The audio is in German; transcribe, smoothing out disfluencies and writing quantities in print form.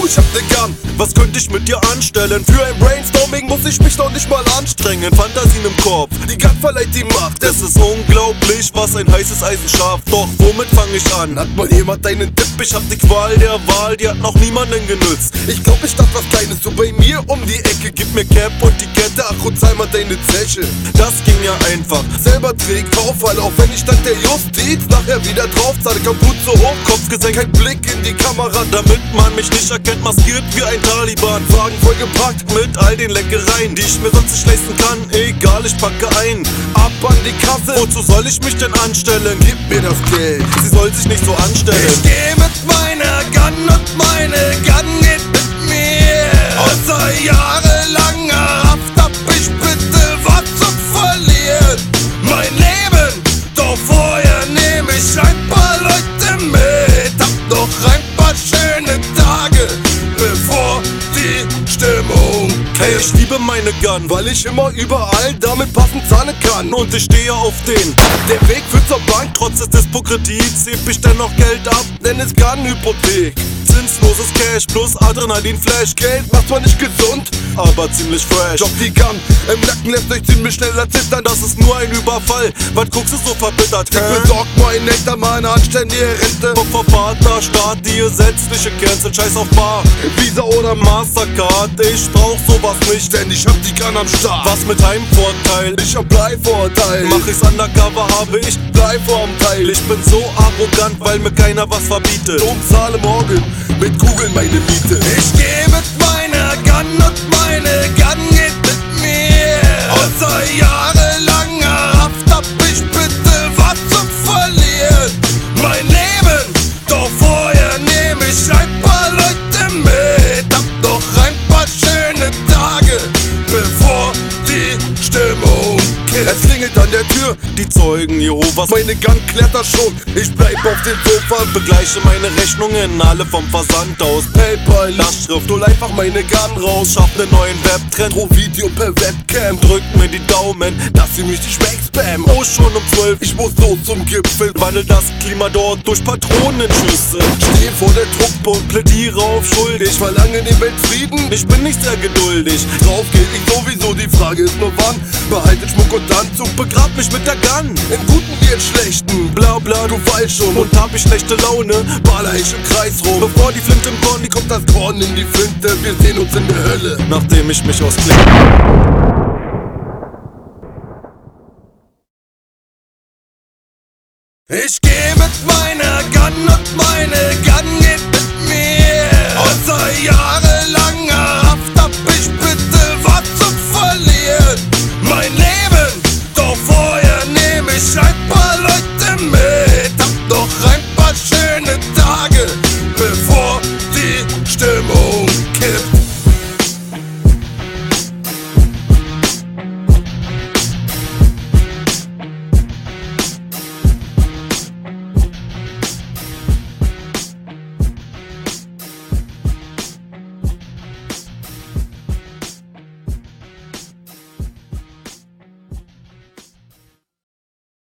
ich hab ne Gun, was könnte ich mit dir anstellen? Für ein Brainstorming muss ich mich doch nicht mal anstrengen. Fantasien im Kopf, die Gun verleiht die Macht. Es ist unglaublich, was ein heißes Eisen schafft. Doch womit fang ich an? Hat mal jemand einen Tipp? Ich hab die Qual der Wahl, die hat noch niemanden genützt. Ich glaub, ich dachte was Kleines, so bei mir um die Ecke. Gib mir Cap und die Kette, ach und zahl mal deine Zeche. Das ging ja einfach, selber trägt Kaufhalle. Auch wenn ich dank der Justiz nachher wieder drauf zahle. Kapuze hoch, Kopf gesenkt, kein Blick in die Kamera, damit man mich nicht erkennt, maskiert wie ein Taliban. Wagen vollgepackt mit all den Leckereien, die ich mir sonst nicht leisten kann. Egal, ich packe ein, ab an die Kasse. Wozu soll ich mich denn anstellen? Gib mir das Geld, sie soll sich nicht so anstellen. Ich geh mit meiner Gun und meine Gun geht mit mir. Außer jahrelanger Haft hab ich bitte was zu verlieren. Mein Leben, doch vorher nehm ich ein paar Leute mit. Hab noch ein paar schöne Tage, bevor die Stimmung kippt. Hey, ich liebe meine Gun, weil ich immer überall damit passend zahlen kann. Und ich stehe auf den. Der Weg führt zur Bank, trotz des Dispokratits heb ich dennoch Geld ab, denn es Gun-Hypothek. Zinsloses Cash plus Adrenalin-Flash. Geld macht zwar nicht gesund, aber ziemlich fresh. Doch die Gun im Nacken lässt euch ziemlich schneller zittern. Das ist nur ein Überfall, was guckst du so verbittert? Ich besorg meinen Eltern mal eine anständige Rente. Opfer, Vater, Staat, die gesetzliche Cancel, scheiß auf Bar, Visa oder Mastercard. Ich brauch sowas nicht, denn ich hab die Gun am Start. Was mit Heimvorteil? Ich hab Bleivorteil. Mach ich's undercover, habe ich Blei vorm Teil. Ich bin so arrogant, weil mir keiner was verbietet. Und zahle morgen mit Kugeln meine Miete. Ich geh mit meiner Gun und meine Gun geht mit mir. Außer jahrelanger Haft hab ich bitte was zu verlieren. Mein Leben, doch vorher nehm ich ein paar Leute mit. Hab noch ein paar schöne Tage, bevor die Stimmung kippt. Es klingelt an der Tür, die Zeugen Jehovas. Meine Gun klettert schon, ich bleib auf dem Sofa. Begleiche meine Rechnungen, alle vom Versand aus. PayPal, Lastschrift, hol einfach meine Gun raus. Schaff nen neuen Webtrend, pro Video per Webcam. Drückt mir die Daumen, dass sie mich nicht wegspammen. Oh, schon um 12, ich muss los zum Gipfel. Wandel das Klima dort durch Patronenschüsse. Steh vor der Truppe und plädiere auf Schuld. Ich verlange den Weltfrieden, ich bin nicht sehr geduldig. Drauf geht ich sowieso, die Frage ist nur wann. Behaltet Schmuck und Anzug, begrab mich mit der Gun. In guten wie in schlechten, bla bla, du weißt schon. Und hab ich schlechte Laune, baller ich im Kreis rum. Bevor die Flinte im Korn, kommt das Korn in die Flinte. Wir sehen uns in der Hölle, nachdem ich mich ausklinke. Ich geh mit meiner Gun und meine Gun geht